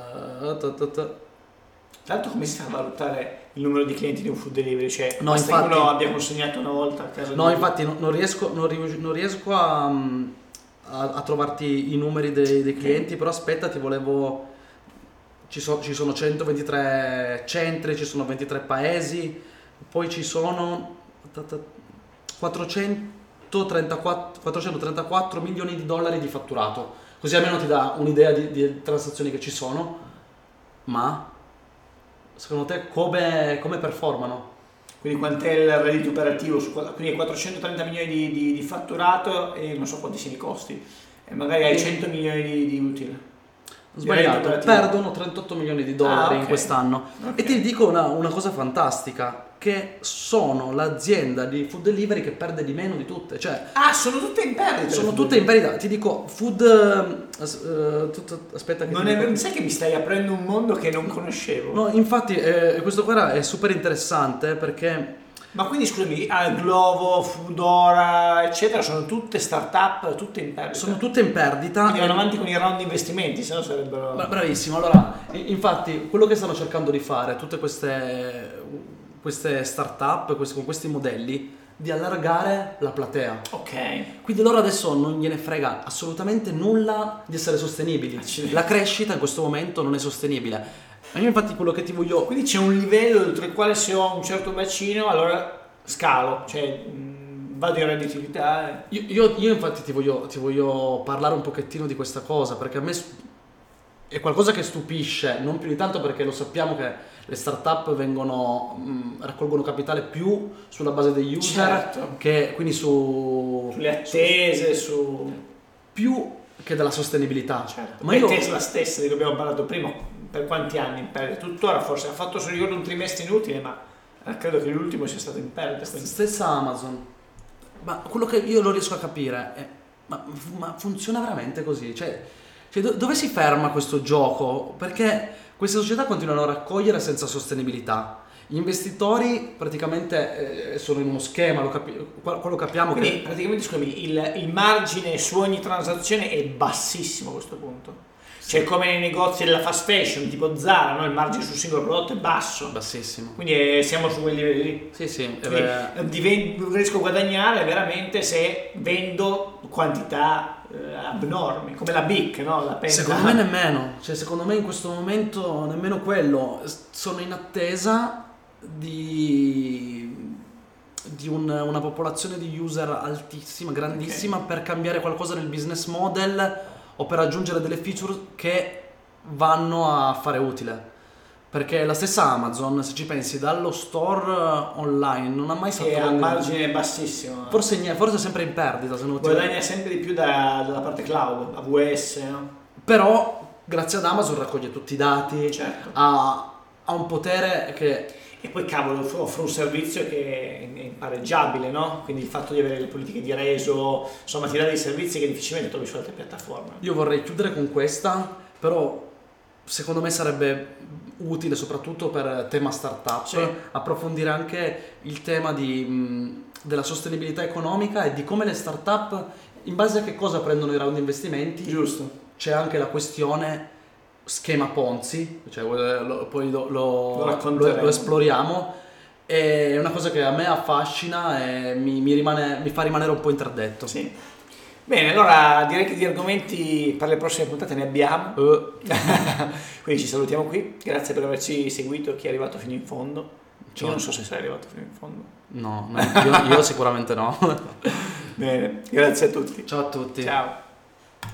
Tanto come si fa a valutare il numero di clienti di un food delivery? Cioè, no, infatti, uno abbia consegnato una volta a casa. No, infatti non riesco a trovarti i numeri dei clienti, però aspetta, ti volevo. Ci sono 123 centri, ci sono 23 paesi, poi ci sono 434 milioni di dollari di fatturato, così almeno ti dà un'idea di transazioni che ci sono. Ma secondo te come performano? Quindi quant'è il reddito operativo? Quindi 430 milioni di fatturato e non so quanti siano i costi, e magari hai 100 milioni di utile. Sbagliato, perdono 38 milioni di dollari in quest'anno. E ti dico una cosa fantastica, che sono l'azienda di food delivery che perde di meno di tutte. Cioè, sono tutte in perdita. Sono tutte in perdita. Ti dico, aspetta che sai che mi stai aprendo un mondo che non conoscevo. No, infatti questo qua è super interessante perché... Ma quindi scusami, Glovo, Foodora, eccetera, sono tutte start-up, tutte in perdita? Sono tutte in perdita. Quindi vanno avanti con i round di investimenti, se no sarebbero... Bravissimo, allora, infatti, quello che stanno cercando di fare tutte queste start-up, con questi modelli, di allargare la platea. Quindi loro adesso non gliene frega assolutamente nulla di essere sostenibili. La crescita in questo momento non è sostenibile. Io infatti quello che ti voglio... Quindi c'è un livello oltre il quale se ho un certo bacino allora scalo, cioè vado in redditività. Io infatti ti voglio parlare un pochettino di questa cosa, perché a me è qualcosa che stupisce, non più di tanto perché lo sappiamo che le startup raccolgono capitale più sulla base degli user, che quindi sulle attese, più che della sostenibilità. Ma Tesla stessa, di cui abbiamo parlato prima, per quanti anni in perdita? Tuttora forse ha fatto solo un trimestre inutile, ma credo che l'ultimo sia stato in perdita. Stessa Amazon. Ma quello che io non riesco a capire è ma funziona veramente così? Cioè dove si ferma questo gioco? Perché queste società continuano a raccogliere senza sostenibilità. Gli investitori praticamente sono in uno schema, quello capiamo. Quindi praticamente, scusami, il margine su ogni transazione è bassissimo a questo punto. Cioè come nei negozi della fast fashion, tipo Zara, no? Il margine sul singolo prodotto è basso. Bassissimo. Quindi siamo su quei livelli lì. Sì. Riesco a guadagnare veramente se vendo quantità abnormi, come la BIC, no? La Penta. Secondo me nemmeno, cioè secondo me in questo momento nemmeno quello. Sono in attesa di una popolazione di user altissima, grandissima, per cambiare qualcosa nel business model o per aggiungere delle feature che vanno a fare utile. Perché la stessa Amazon, se ci pensi, dallo store online non ha mai fatto a margine bassissimo. Forse è sempre in perdita, se non guadagna sempre di più dalla parte cloud, AWS, no? Però grazie ad Amazon raccoglie tutti i dati, certo. ha un potere che... E poi cavolo, offre un servizio che è impareggiabile, no? Quindi il fatto di avere le politiche di reso, insomma ti dà dei servizi che difficilmente trovi su altre piattaforme. Io vorrei chiudere con questa, però secondo me sarebbe utile soprattutto per tema startup, approfondire anche il tema della sostenibilità economica e di come le startup, in base a che cosa prendono i round di investimenti. Giusto. C'è anche la questione schema Ponzi, cioè poi lo esploriamo. È una cosa che a me affascina e mi fa rimanere un po' interdetto. Sì. Bene, allora direi che di argomenti per le prossime puntate ne abbiamo. Quindi ci salutiamo qui. Grazie per averci seguito, chi è arrivato fino in fondo. Io non so se sei arrivato fino in fondo. No, io sicuramente no. Bene, grazie a tutti. Ciao a tutti. Ciao.